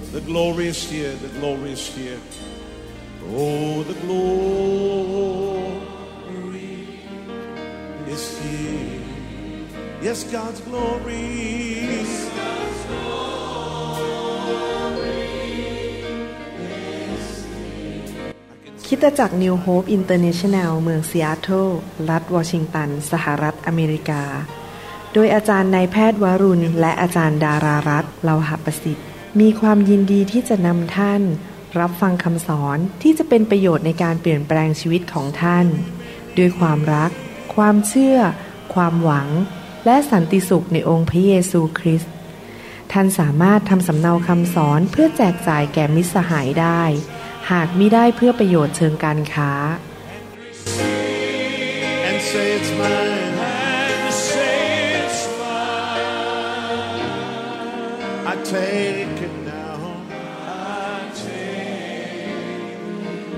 The glory is here. The glory is here. Oh, the glory is here. Yes, God's glory. Yes, God's glory is here. คริสตจักร New Hope International เมืองซีแอตเทิลรัฐวอชิงตันสหรัฐอเมริกาโดยอาจารย์นายแพทย์วรุณและอาจารย์ดารารัตน์เลาหประสิทธิ์มีความยินดีที่จะนำท่านรับฟังคำสอนที่จะเป็นประโยชน์ในการเปลี่ยนแปลงชีวิตของท่านด้วยความรักความเชื่อความหวังและสันติสุขในองค์พระเยซูคริสต์ท่านสามารถทำสำเนาคำสอนเพื่อแจกจ่ายแก่มิตรสหายได้หากมิได้เพื่อประโยชน์เชิงการค้า And say it's mine. And say it's mine. I take it now. I take it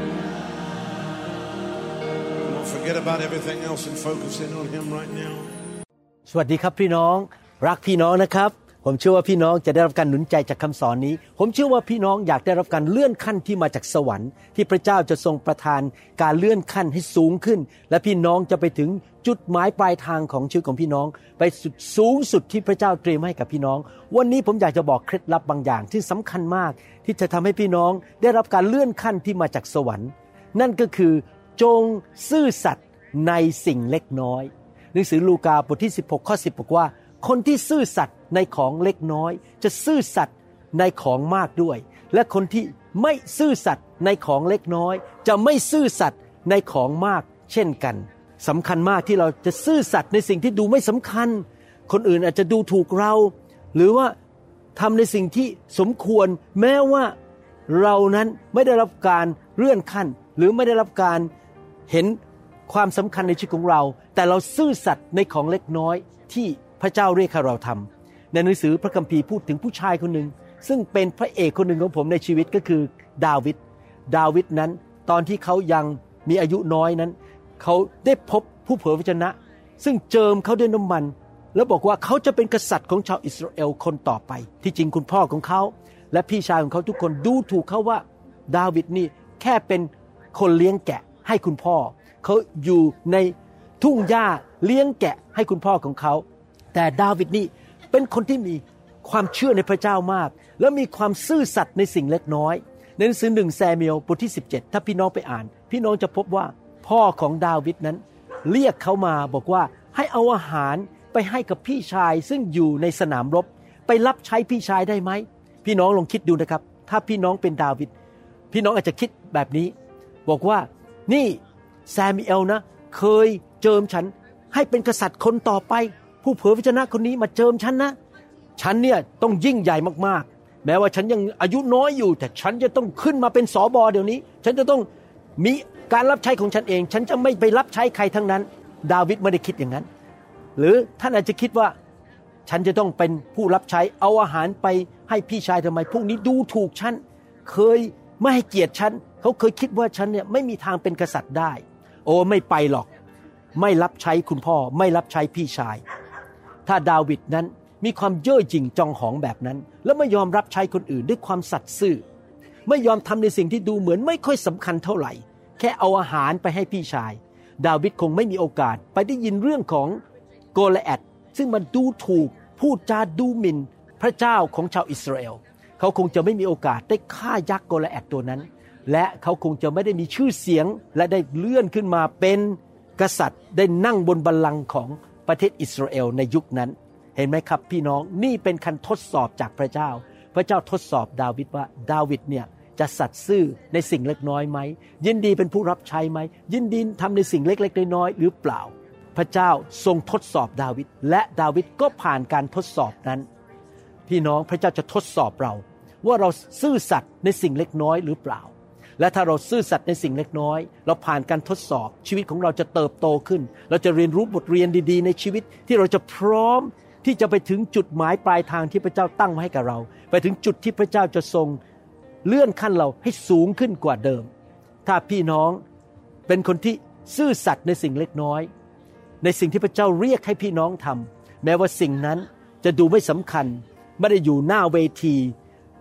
now. Don't forget about everything else and focus in on Him right now. สวัสดีครับพี่น้องรักพี่น้องนะครับผมเชื่อว่าพี่น้องจะได้รับการหนุนใจจากคำสอนนี้ผมเชื่อว่าพี่น้องอยากได้รับการเลื่อนขั้นที่มาจากสวรรค์ที่พระเจ้าจะทรงประทานการเลื่อนขั้นให้สูงขึ้นและพี่น้องจะไปถึงจุดหมายปลายทางของชีวิตของพี่น้องไปสุดสูงสุดที่พระเจ้าเตรียมให้กับพี่น้องวันนี้ผมอยากจะบอกเคล็ดลับบางอย่างที่สำคัญมากที่จะทำให้พี่น้องได้รับการเลื่อนขั้นที่มาจากสวรรค์นั่นก็คือจงซื่อสัตย์ในสิ่งเล็กน้อยหนังสือลูกาบทที่16ข้อ10บอกว่าคนที่ซื่อสัตย์ในของเล็กน้อยจะซื่อสัตย์ในของมากด้วยและคนที่ไม่ซื่อสัตย์ในของเล็กน้อยจะไม่ซื่อสัตย์ในของมากเช่นกันสำคัญมากที่เราจะซื่อสัตย์ในสิ่งที่ดูไม่สำคัญคนอื่นอาจจะดูถูกเราหรือว่าทำในสิ่งที่สมควรแม้ว่าเรานั้นไม่ได้รับการเลื่อนขั้นหรือไม่ได้รับการเห็นความสำคัญในชีวิตของเราแต่เราซื่อสัตย์ในของเล็กน้อยที่พระเจ้าเรียกให้เราทำในหนังสือพระคัมภีร์พูดถึงผู้ชายคนหนึ่งซึ่งเป็นพระเอกคนหนึ่งของผมในชีวิตก็คือดาวิดนั้นตอนที่เขายังมีอายุน้อยนั้นเขาได้พบผู้เผยพระวจนะซึ่งเจิมเขาด้วยน้ำมันแล้วบอกว่าเขาจะเป็นกษัตริย์ของชาวอิสราเอลคนต่อไปที่จริงคุณพ่อของเขาและพี่ชายของเขาทุกคนดูถูกเขาว่าดาวิดนี่แค่เป็นคนเลี้ยงแกะให้คุณพ่อเขาอยู่ในทุ่งหญ้าเลี้ยงแกะให้คุณพ่อของเขาแต่ดาวิดนี่เป็นคนที่มีความเชื่อในพระเจ้ามากและมีความซื่อสัตย์ในสิ่งเล็กน้อยในหนังสือ1ซามูเอลบทที่17ถ้าพี่น้องไปอ่านพี่น้องจะพบว่าพ่อของดาวิดนั้นเรียกเขามาบอกว่าให้เอาอาหารไปให้กับพี่ชายซึ่งอยู่ในสนามรบไปรับใช้พี่ชายได้ไหมพี่น้องลองคิดดูนะครับถ้าพี่น้องเป็นดาวิดพี่น้องอาจจะคิดแบบนี้บอกว่านี่ซามูเอลนะเคยเจิมฉันให้เป็นกษัตริย์คนต่อไปผู้เผยพระวจนะคนนี้มาเจิมฉันนะฉันเนี่ยต้องยิ่งใหญ่มากๆแม้ว่าฉันยังอายุน้อยอยู่แต่ฉันจะต้องขึ้นมาเป็นสบเดี๋ยวนี้ฉันจะต้องมีการรับใช้ของฉันเองฉันจะไม่ไปรับใช้ใครทั้งนั้นดาวิดไม่ได้คิดอย่างนั้นหรือท่านอาจจะคิดว่าฉันจะต้องเป็นผู้รับใช้เอาอาหารไปให้พี่ชายทำไมพวกนี้ดูถูกฉันเคยไม่ให้เกียรติฉันเขาเคยคิดว่าฉันเนี่ยไม่มีทางเป็นกษัตริย์ได้โอ้ไม่ไปหรอกไม่รับใช้คุณพ่อไม่รับใช้พี่ชายถ้าดาวิดนั้นมีความเย่อหยิ่งจองหองแบบนั้นแล้วไม่ยอมรับใช้คนอื่นด้วยความสัตย์ซื่อไม่ยอมทำในสิ่งที่ดูเหมือนไม่ค่อยสำคัญเท่าไหร่แค่เอาอาหารไปให้พี่ชายดาวิดคงไม่มีโอกาสไปได้ยินเรื่องของโกลิแอธซึ่งมันดูถูกพูดจาดูหมิ่นพระเจ้าของชาวอิสราเอลเขาคงจะไม่มีโอกาสได้ฆ่ายักษ์โกลิแอธตัวนั้นและเขาคงจะไม่ได้มีชื่อเสียงและได้เลื่อนขึ้นมาเป็นกษัตริย์ได้นั่งบนบัลลังก์ของประเทศอิสราเอลในยุคนั้นเห็นไหมครับพี่น้องนี่เป็นการทดสอบจากพระเจ้าพระเจ้าทดสอบดาวิดว่าดาวิดเนี่ยจะสัตย์ซื่อในสิ่งเล็กน้อยไหมยินดีเป็นผู้รับใช้ไหมยินดีทำในสิ่งเล็กๆน้อยๆหรือเปล่าพระเจ้าทรงทดสอบดาวิดและดาวิดก็ผ่านการทดสอบนั้นพี่น้องพระเจ้าจะทดสอบเราว่าเราซื่อสัตย์ในสิ่งเล็กน้อยหรือเปล่าและถ้าเราซื่อสัตย์ในสิ่งเล็กน้อยเราผ่านการทดสอบชีวิตของเราจะเติบโตขึ้นเราจะเรียนรู้บทเรียนดีๆในชีวิตที่เราจะพร้อมที่จะไปถึงจุดหมายปลายทางที่พระเจ้าตั้งไว้ให้กับเราไปถึงจุดที่พระเจ้าจะทรงเลื่อนขั้นเราให้สูงขึ้นกว่าเดิมถ้าพี่น้องเป็นคนที่ซื่อสัตย์ในสิ่งเล็กน้อยในสิ่งที่พระเจ้าเรียกให้พี่น้องทำแม้ว่าสิ่งนั้นจะดูไม่สำคัญไม่ได้อยู่หน้าเวที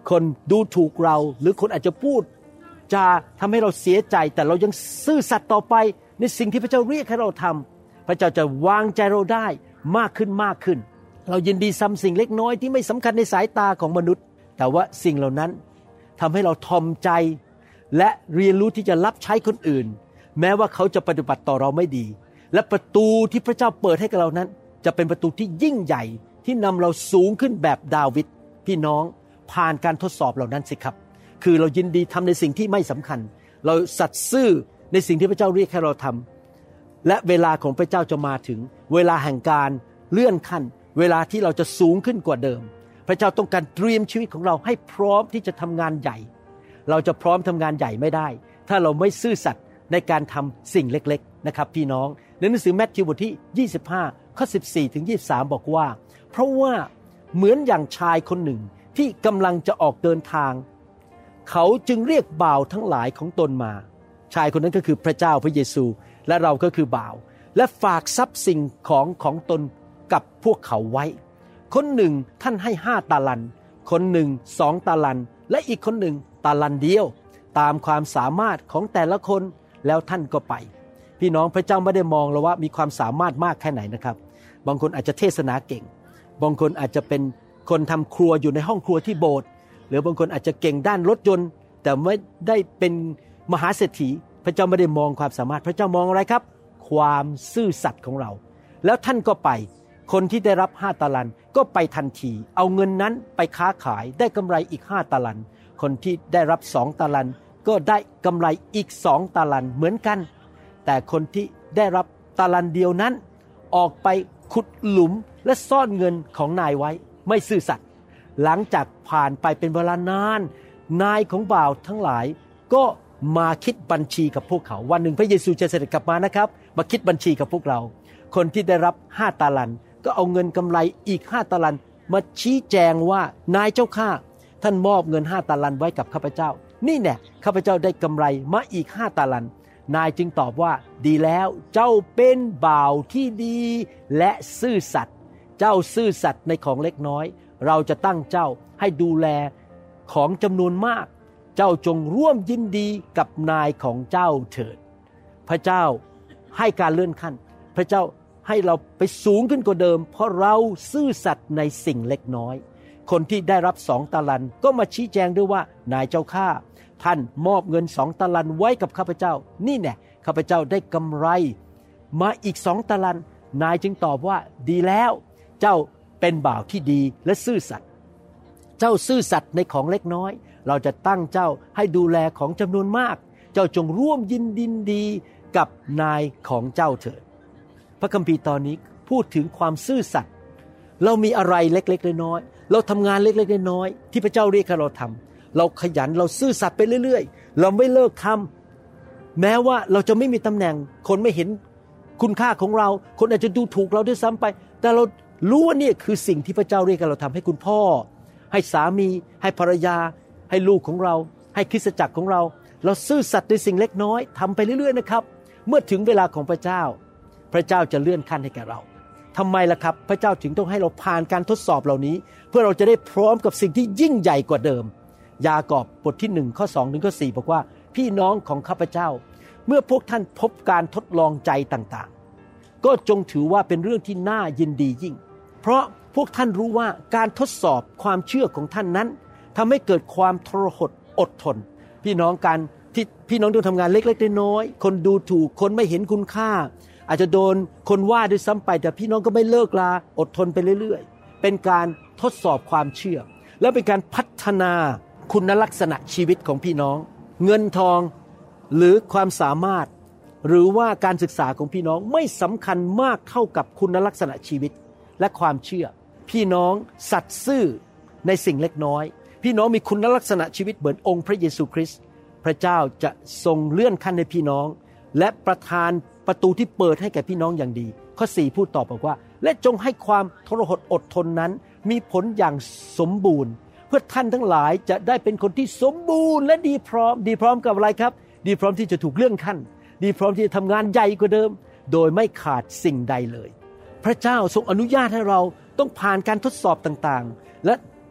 คนดูถูกเราหรือคนอาจจะพูดจะทำให้เราเสียใจแต่เรายังซื่อสัตย์ต่อไปในสิ่งที่พระเจ้าเรียกให้เราทำพระเจ้าจะวางใจเราได้มากขึ้นมากขึ้นเรายินดีทำสิ่งเล็กน้อยที่ไม่สำคัญในสายตาของมนุษย์แต่ว่าสิ่งเหล่านั้นทำให้เราทอมใจและเรียนรู้ที่จะรับใช้คนอื่นแม้ว่าเขาจะปฏิบัติต่อเราไม่ดีและประตูที่พระเจ้าเปิดให้กับเรานั้นจะเป็นประตูที่ยิ่งใหญ่ที่นำเราสูงขึ้นแบบดาวิดพี่น้องผ่านการทดสอบเหล่านั้นสิครับคือเรายินดีทำในสิ่งที่ไม่สำคัญเราสัตย์ซื่อในสิ่งที่พระเจ้าเรียกให้เราทำและเวลาของพระเจ้าจะมาถึงเวลาแห่งการเลื่อนขั้นเวลาที่เราจะสูงขึ้นกว่าเดิมพระเจ้าต้องการเตรียมชีวิตของเราให้พร้อมที่จะทำงานใหญ่เราจะพร้อมทำงานใหญ่ไม่ได้ถ้าเราไม่ซื่อสัตย์ในการทำสิ่งเล็กๆนะครับพี่น้องในหนังสือแมทธิวบทที่25ข้อ14ถึง23บอกว่าเพราะว่าเหมือนอย่างชายคนหนึ่งที่กำลังจะออกเดินทางเขาจึงเรียกบ่าวทั้งหลายของตนมาชายคนนั้นก็คือพระเจ้าพระเยซูและเราก็คือบ่าวและฝากทรัพย์สิ่งของตนกับพวกเขาไว้คนหนึ่งท่านให้5 ตาลันคนหนึ่ง2 ตาลันและอีกคนหนึ่งตาลันเดียวตามความสามารถของแต่ละคนแล้วท่านก็ไปพี่น้องพระเจ้าไม่ได้มองเราว่ามีความสามารถมากแค่ไหนนะครับบางคนอาจจะเทศนาเก่งบางคนอาจจะเป็นคนทำครัวอยู่ในห้องครัวที่โบสถ์หรือบางคนอาจจะเก่งด้านรถยนต์แต่ไม่ได้เป็นมหาเศรษฐีพระเจ้าไม่ได้มองความสามารถพระเจ้ามองอะไรครับความซื่อสัตย์ของเราแล้วท่านก็ไปคนที่ได้รับ5 ตาลันก็ไปทันทีเอาเงินนั้นไปค้าขายได้กำไรอีก5 ตาลันคนที่ได้รับ2 ตาลันก็ได้กำไรอีก2 ตาลันเหมือนกันแต่คนที่ได้รับตาลันเดียวนั้นออกไปขุดหลุมและซ่อนเงินของนายไว้ไม่ซื่อสัตย์หลังจากผ่านไปเป็นเวลานานนายของบ่าวทั้งหลายก็มาคิดบัญชีกับพวกเขาวันหนึ่งพระเยซูจะเสด็จกลับมานะครับมาคิดบัญชีกับพวกเราคนที่ได้รับ5 ตาลันก็เอาเงินกำไรอีก5 ตาลันมาชี้แจงว่านายเจ้าข้าท่านมอบเงิน5 ตาลันไว้กับข้าพเจ้านี่แน่ข้าพเจ้าได้กำไรมาอีก5 ตาลันนายจึงตอบว่าดีแล้วเจ้าเป็นบ่าวที่ดีและซื่อสัตย์เจ้าซื่อสัตย์ในของเล็กน้อยเราจะตั้งเจ้าให้ดูแลของจำนวนมากเจ้าจงร่วมยินดีกับนายของเจ้าเถิดพระเจ้าให้การเลื่อนขั้นพระเจ้าให้เราไปสูงขึ้นกว่าเดิมเพราะเราซื่อสัตย์ในสิ่งเล็กน้อยคนที่ได้รับ2 ตาลันก็มาชี้แจงด้วยว่านายเจ้าข้าท่านมอบเงิน2 ตาลันไว้กับข้าพเจ้านี่แน่ข้าพเจ้าได้กำไรมาอีก2 ตาลันนายจึงตอบว่าดีแล้วเจ้าเป็นบ่าวที่ดีและซื่อสัตย์เจ้าซื่อสัตย์ในของเล็กน้อยเราจะตั้งเจ้าให้ดูแลของจำนวนมากเจ้าจงร่วมยินดีกับนายของเจ้าเถิดพระคัมภีร์ตอนนี้พูดถึงความซื่อสัตย์เรามีอะไรเล็กๆน้อยๆเราทำงานเล็กๆน้อยๆที่พระเจ้าเรียกให้เราทำเราขยันเราซื่อสัตย์ไปเรื่อยๆเราไม่เลิกทำแม้ว่าเราจะไม่มีตำแหน่งคนไม่เห็นคุณค่าของเราคนอาจจะดูถูกเราด้วยซ้ำไปแต่เรารู้ว่านี่คือสิ่งที่พระเจ้าเรียกให้เราทำให้คุณพ่อให้สามีให้ภรรยาให้ลูกของเราให้คริสตจักรของเราเราซื่อสัตย์ในสิ่งเล็กน้อยทำไปเรื่อยๆนะครับเมื่อถึงเวลาของพระเจ้าพระเจ้าจะเลื่อนขั้นให้แก่เราทำไมล่ะครับพระเจ้าถึงต้องให้เราผ่านการทดสอบเหล่านี้เพื่อเราจะได้พร้อมกับสิ่งที่ยิ่งใหญ่กว่าเดิมยากอบบทที่1ข้อ2ถึงข้อ4บอกว่าพี่น้องของข้าพเจ้าเมื่อพวกท่านพบการทดลองใจต่างๆก็จงถือว่าเป็นเรื่องที่น่ายินดียิ่งเพราะพวกท่านรู้ว่าการทดสอบความเชื่อของท่านนั้นทำให้เกิดความทรหดอดทนพี่น้องการที่พี่น้องต้องทำงานเล็กๆน้อยๆคนดูถูกคนไม่เห็นคุณค่าอาจจะโดนคนว่าด้วยซ้ำไปแต่พี่น้องก็ไม่เลิกลาอดทนไปเรื่อยๆเป็นการทดสอบความเชื่อและเป็นการพัฒนาคุณลักษณะชีวิตของพี่น้องเงินทองหรือความสามารถหรือว่าการศึกษาของพี่น้องไม่สำคัญมากเท่ากับคุณลักษณะชีวิตและความเชื่อพี่น้องสัตย์ซื่อในสิ่งเล็กน้อยพี่น้องมีคุณลักษณะชีวิตเหมือนองค์พระเยซูคริสต์พระเจ้าจะทรงเลื่อนขั้นให้พี่น้องและประทานประตูที่เปิดให้แก่พี่น้องอย่างดีข้อ4พูดต่อบอกว่าและจงให้ความทรหดอดทนนั้นมีผลอย่างสมบูรณ์เพื่อท่านทั้งหลายจะได้เป็นคนที่สมบูรณ์และดีพร้อมกับอะไรครับดีพร้อมที่จะถูกเลื่อนขั้นดีพร้อมที่จะทำงานใหญ่กว่าเดิมโดยไม่ขาดสิ่งใดเลยพระเจ้าทรงอนุญาตให้เราต้องผ่านการทดสอบต่างๆและ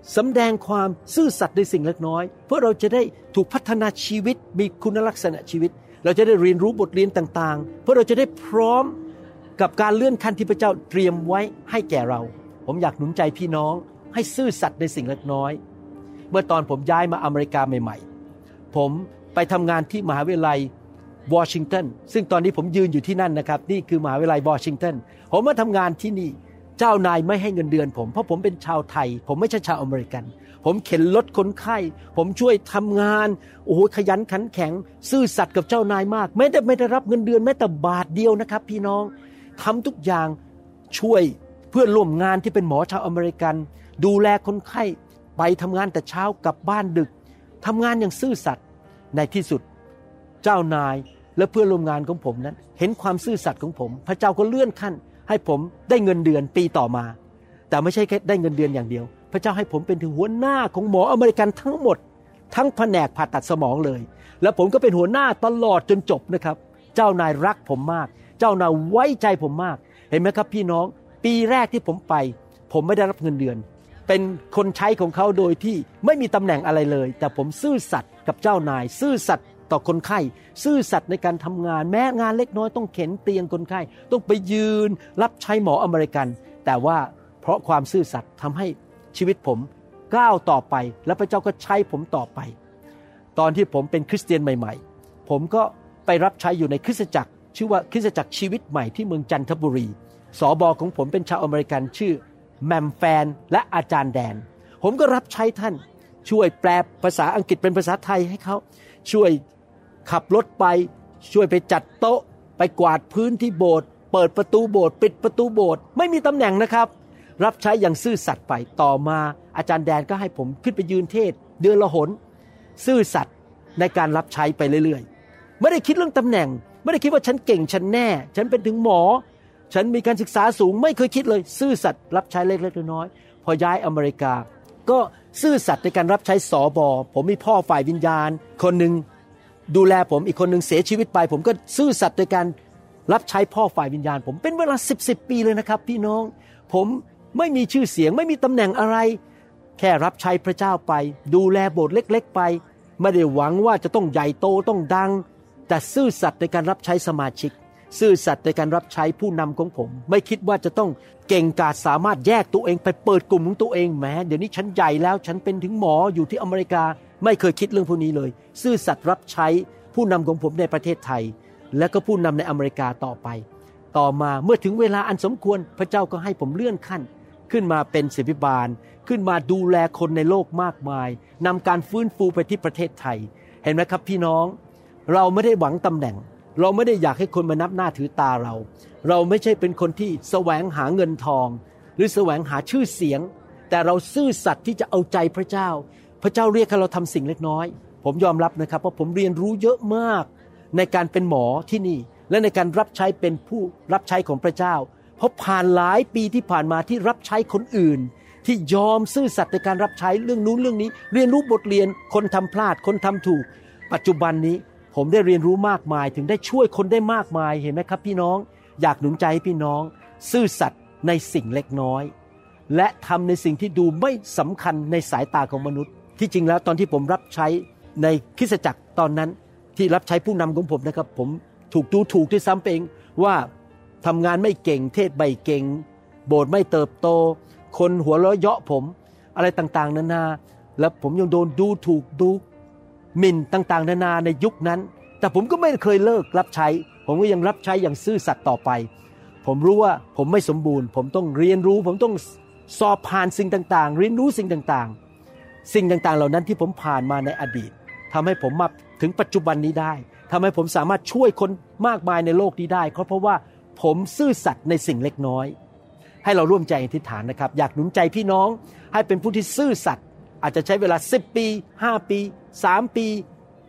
สำแดงความซื่อสัตย์ในสิ่งเล็กน้อยเพื่อเราจะได้ถูกพัฒนาชีวิตมีคุณลักษณะชีวิตเราจะได้เรียนรู้บทเรียนต่างๆเพื่อเราจะได้พร้อมกับการเลื่อนขั้นที่พระเจ้าเตรียมไว้ให้แก่เราผมอยากหนุนใจพี่น้องให้ซื่อสัตย์ในสิ่งเล็กน้อยเมื่อตอนผมย้ายมาอเมริกาใหม่ๆผมไปทำงานที่มหาวิทยาลัยวอชิงตันซึ่งตอนนี้ผมยืนอยู่ที่นั่นนะครับนี่คือมหาวิทยาลัยวอชิงตันผมมาทำงานที่นี่เจ้านายไม่ให้เงินเดือนผมเพราะผมเป็นชาวไทยผมไม่ใช่ชาวอเมริกันผมเข็นรถคนไข้ผมช่วยทำงานโอ้โหขยันขันแข็งซื่อสัตย์กับเจ้านายมากไม่ได้รับเงินเดือนแม้แต่บาทเดียวนะครับพี่น้องทำทุกอย่างช่วยเพื่อนร่วมงานที่เป็นหมอชาวอเมริกันดูแลคนไข้ไปทำงานแต่เช้ากลับบ้านดึกทำงานอย่างซื่อสัตย์ในที่สุดเจ้านายและเพื่อนร่วมงานของผมนั้นเห็นความซื่อสัตย์ของผมพระเจ้าก็เลื่อนขั้นให้ผมได้เงินเดือนปีต่อมาแต่ไม่ใช่แค่ได้เงินเดือนอย่างเดียวพระเจ้าให้ผมเป็นถึงหัวหน้าของหมออเมริกันทั้งหมดทั้งแผนกผ่าตัดสมองเลยแล้วผมก็เป็นหัวหน้าตลอดจนจบนะครับเจ้านายรักผมมากเจ้านายไว้ใจผมมากเห็นไหมครับพี่น้องปีแรกที่ผมไปผมไม่ได้รับเงินเดือนเป็นคนใช้ของเขาโดยที่ไม่มีตำแหน่งอะไรเลยแต่ผมซื่อสัตย์กับเจ้านายซื่อสัตย์ต่อคนไข้ซื่อสัตย์ในการทำงานแม้งานเล็กน้อยต้องเข็นเตียงคนไข้ต้องไปยืนรับใช้หมออเมริกันแต่ว่าเพราะความซื่อสัตย์ทำให้ชีวิตผมก้าวต่อไปและพระเจ้าก็ใช้ผมต่อไปตอนที่ผมเป็นคริสเตียนใหม่ๆผมก็ไปรับใช้อยู่ในคริสตจักรชื่อว่าคริสตจักรชีวิตใหม่ที่เมืองจันทบุรีสบของผมเป็นชาวอเมริกันชื่อแมมแฟนและอาจารย์แดนผมก็รับใช้ท่านช่วยแปลภาษาอังกฤษเป็นภาษาไทยให้เขาช่วยขับรถไปช่วยไปจัดโต๊ะไปกวาดพื้นที่โบสถ์เปิดประตูโบสถ์ปิดประตูโบสถ์ไม่มีตำแหน่งนะครับรับใช้อย่างซื่อสัตย์ไปต่อมาอาจารย์แดนก็ให้ผมขึ้นไปยืนเทศเดือนละหนซื่อสัตย์ในการรับใช้ไปเรื่อยๆไม่ได้คิดเรื่องตำแหน่งไม่ได้คิดว่าฉันเก่งฉันแน่ฉันเป็นถึงหมอฉันมีการศึกษาสูงไม่เคยคิดเลยซื่อสัตย์รับใช้เล็กๆน้อยๆพอย้ายอเมริกาก็ซื่อสัตย์ในการรับใช้สบผมมีพ่อฝ่ายวิญญาณคนหนึ่งดูแลผมอีกคนหนึ่งเสียชีวิตไปผมก็ซื่อสัตย์ในการรับใช้พ่อฝ่ายวิญญาณผมเป็นเวลา10 ปีเลยนะครับพี่น้องผมไม่มีชื่อเสียงไม่มีตำแหน่งอะไรแค่รับใช้พระเจ้าไปดูแลโบสถ์เล็กๆไปไม่ได้หวังว่าจะต้องใหญ่โตต้องดังแต่ซื่อสัตย์ในการรับใช้สมาชิกซื่อสัตย์ในการรับใช้ผู้นำของผมไม่คิดว่าจะต้องเก่งกาจสามารถแยกตัวเองไปเปิดกลุ่มของตัวเองแหมเดี๋ยวนี้ฉันใหญ่แล้วฉันเป็นถึงหมออยู่ที่อเมริกาไม่เคยคิดเรื่องพวกนี้เลยซื่อสัตย์รับใช้ผู้นำของผมในประเทศไทยและก็ผู้นำในอเมริกาต่อไปต่อมาเมื่อถึงเวลาอันสมควรพระเจ้าก็ให้ผมเลื่อนขั้นขึ้นมาเป็นศิบิบาลขึ้นมาดูแลคนในโลกมากมายนำการฟื้นฟูไปที่ประเทศไทยเห็นไหมครับพี่น้องเราไม่ได้หวังตำแหน่งเราไม่ได้อยากให้คนมานับหน้าถือตาเราไม่ใช่เป็นคนที่แสวงหาเงินทองหรือแสวงหาชื่อเสียงแต่เราซื่อสัตย์ที่จะเอาใจพระเจ้าพระเจ้าเรียกให้เราทำสิ่งเล็กน้อยผมยอมรับนะครับว่าผมเรียนรู้เยอะมากในการเป็นหมอที่นี่และในการรับใช้เป็นผู้รับใช้ของพระเจ้าเพราะผ่านหลายปีที่ผ่านมาที่รับใช้คนอื่นที่ยอมซื่อสัตย์ในการรับใช้เรื่องนู้นเรื่องนี้เรียนรู้บทเรียนคนทำพลาดคนทำถูกปัจจุบันนี้ผมได้เรียนรู้มากมายถึงได้ช่วยคนได้มากมายเห็นไหมครับพี่น้องอยากหนุนใจให้พี่น้องซื่อสัตย์ในสิ่งเล็กน้อยและทำในสิ่งที่ดูไม่สำคัญในสายตาของมนุษย์ที่จริงแล้วตอนที่ผมรับใช้ในคริสตจักรตอนนั้นที่รับใช้ผู้นำของผมนะครับผมถูกด้วยซ้ำเองว่าทำงานไม่เก่งเทศไม่เก่งโบสถ์ไม่เติบโตคนหัวเราะเยาะผมอะไรต่างๆนานาแล้วผมยังโดนดูถูกดูหมิ่นต่างๆนานาในยุคนั้นแต่ผมก็ไม่เคยเลิกรับใช้ผมก็ยังรับใช้อย่างซื่อสัตย์ต่อไปผมรู้ว่าผมไม่สมบูรณ์ผมต้องเรียนรู้ผมต้องสอบผ่านสิ่งต่างๆเรียนรู้สิ่งต่างๆเหล่านั้นที่ผมผ่านมาในอดีตทำให้ผมมาถึงปัจจุบันนี้ได้ทำให้ผมสามารถช่วยคนมากมายในโลกนี้ได้เพราะว่าผมซื่อสัตย์ในสิ่งเล็กน้อยให้เราร่วมใจอธิษฐานนะครับอยากหนุนใจพี่น้องให้เป็นผู้ที่ซื่อสัตย์อาจจะใช้เวลา10 ปี5 ปี3 ปี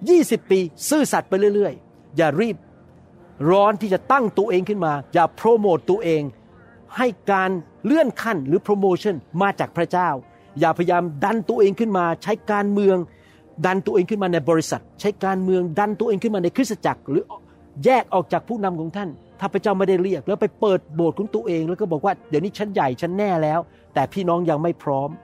20 ปีซื่อสัตย์ไปเรื่อยๆอย่ารีบร้อนที่จะตั้งตัวเองขึ้นมาอย่าโปรโมตตัวเองให้การเลื่อนขั้นหรือโปรโมชั่นมาจากพระเจ้าอย่าพยายามดันตัวเองขึ้นมาใช้การเมืองดันตัวเองขึ้นมาในบริษัทใช้การเมืองดันตัวเองขึ้นมาในคริสตจักรหรือแยกออกจากผู้นำของท่านถ้าพระเจ้าไม่ได้เรียกแล้วไปเปิดโบสถ์ของตัวเองแล้วก็บอกว่าเดี๋ยวนี้ฉันใหญ่ฉันแน่แล้วแต่พี่น้องยังไม่พร้อม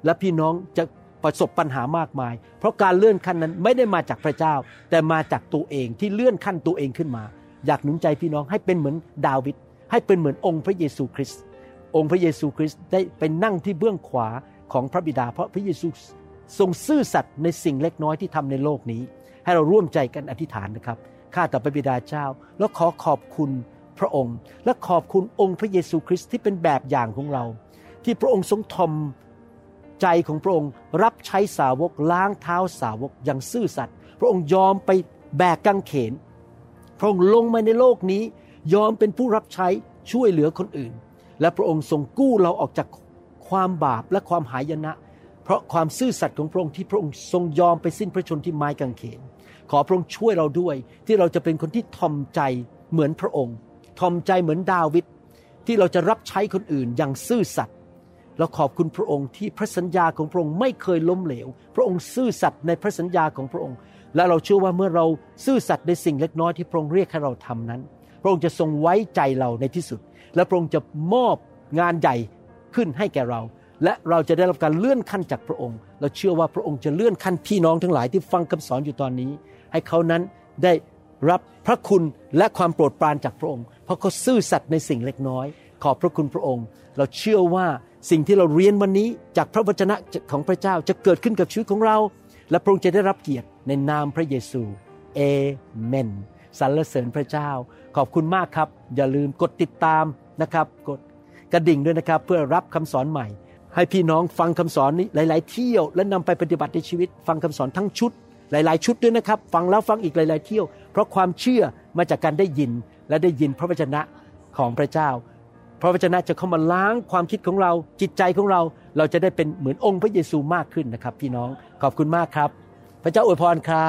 และพี่น้องจะประสบปัญหามากมายเพราะการเลื่อนขั้นนั้นไม่ได้มาจากพระเจ้าแต่มาจากตัวเองที่เลื่อนขั้นตัวเองขึ้นมาอยากหนุนใจพี่น้องให้เป็นเหมือนดาวิดให้เป็นเหมือนองค์พระเยซูคริสต์องค์พระเยซูคริสต์ได้ไปนั่งที่เบื้องขวาของพระบิดาเพราะพระเยซูทรงซื่อสัตย์ในสิ่งเล็กน้อยที่ทำในโลกนี้ให้เราร่วมใจกันอธิษฐานนะครับข้าแต่พระบิดาเจ้าแล้วขอขอบคุณพระองค์และขอบคุณองค์พระเยซูคริสต์ที่เป็นแบบอย่างของเราที่พระองค์ทรงทอมใจของพระองค์รับใช้สาวกล้างเท้าสาวกอย่างซื่อสัตย์พระองค์ยอมไปแบกกางเขนพระองค์ลงมาในโลกนี้ยอมเป็นผู้รับใช้ช่วยเหลือคนอื่นและพระองค์ทรงกู้เราออกจากความบาปและความหายนะเพราะความซื่อสัตย์ของพระองค์ที่พระองค์ทรงยอมไปสิ้นพระชนม์ที่ไม้กางเขนขอพระองค์ช่วยเราด้วยที่เราจะเป็นคนที่ทอมใจเหมือนพระองค์ทอมใจเหมือนดาวิดที่เราจะรับใช้คนอื่นอย่างซื่อสัตย์เราขอบคุณพระองค์ที่พระสัญญาของพระองค์ไม่เคยล้มเหลวพระองค์ซื่อสัตย์ในพระสัญญาของพระองค์และเราเชื่อว่าเมื่อเราซื่อสัตย์ในสิ่งเล็กน้อยที่พระองค์เรียกให้เราทำนั้นพระองค์จะทรงไว้ใจเราในที่สุดและพระองค์จะมอบงานใหญ่ขึ้นให้แก่เราและเราจะได้รับการเลื่อนขั้นจากพระองค์เราเชื่อว่าพระองค์จะเลื่อนขั้นพี่น้องทั้งหลายที่ฟังคำสอนอยู่ตอนนี้ให้เขานั้นได้รับพระคุณและความโปรดปรานจากพระองค์เพราะเขาซื่อสัตย์ในสิ่งเล็กน้อยขอบพระคุณพระองค์เราเชื่อว่าสิ่งที่เราเรียนวันนี้จากพระวจนะของพระเจ้าจะเกิดขึ้นกับชีวิตของเราและพระองค์จะได้รับเกียรติในนามพระเยซูเอเมนสรรเสริญพระเจ้าขอบคุณมากครับอย่าลืมกดติดตามนะครับกดกระดิ่งด้วยนะครับเพื่อรับคำสอนใหม่ให้พี่น้องฟังคำสอนนี้หลายๆเที่ยวและนำไปปฏิบัติในชีวิตฟังคำสอนทั้งชุดหลายๆชุดด้วยนะครับฟังแล้วฟังอีกหลายๆเที่ยวเพราะความเชื่อมาจากการได้ยินและได้ยินพระวจนะของพระเจ้าพระวจนะจะเข้ามาล้างความคิดของเราจิตใจของเราเราจะได้เป็นเหมือนองค์พระเยซูมากขึ้นนะครับพี่น้องขอบคุณมากครับพระเจ้าอวยพรครับ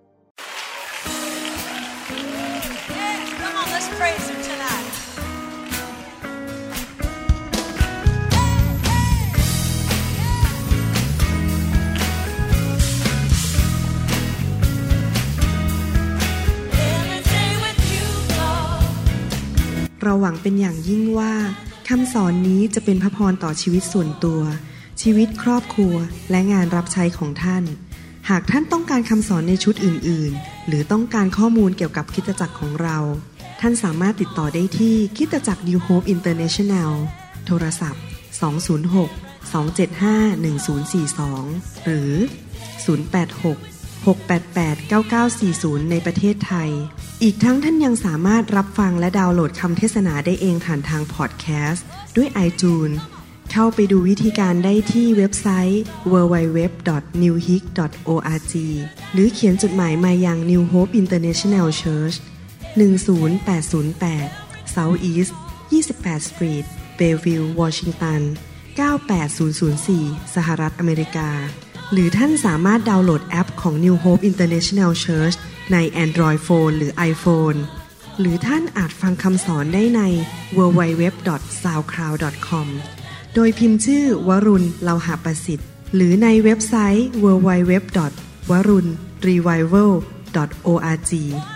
Come on, let's praise him tonight. เราหวังเป็นอย่างยิ่งว่าคำสอนนี้จะเป็นพระพรต่อชีวิตส่วนตัวชีวิตครอบครัวและงานรับใช้ของท่านหากท่านต้องการคำสอนในชุดอื่นๆหรือต้องการข้อมูลเกี่ยวกับคริสตจักรของเราท่านสามารถติดต่อได้ที่คริสตจักร New Hope International โทรศัพท์206-275-1042หรือ086-688-9940ในประเทศไทยอีกทั้งท่านยังสามารถรับฟังและดาวน์โหลดคำเทศนาได้เองผ่านทางพอดแคสต์ด้วย iTunes เข้าไปดูวิธีการได้ที่เว็บไซต์ www.newhope.org หรือเขียนจดหมายมายัง New Hope International Church 10808 South East 28 Street Bellevue Washington 98004 สหรัฐอเมริกาหรือท่านสามารถดาวน์โหลดแอปของ New Hope International Church ใน Android Phone หรือ iPhone หรือท่านอาจฟังคำสอนได้ใน www.soundcloud.com โดยพิมพ์ชื่อวรุณเลาหะประสิทธิ์หรือในเว็บไซต์ www.warunrevival.org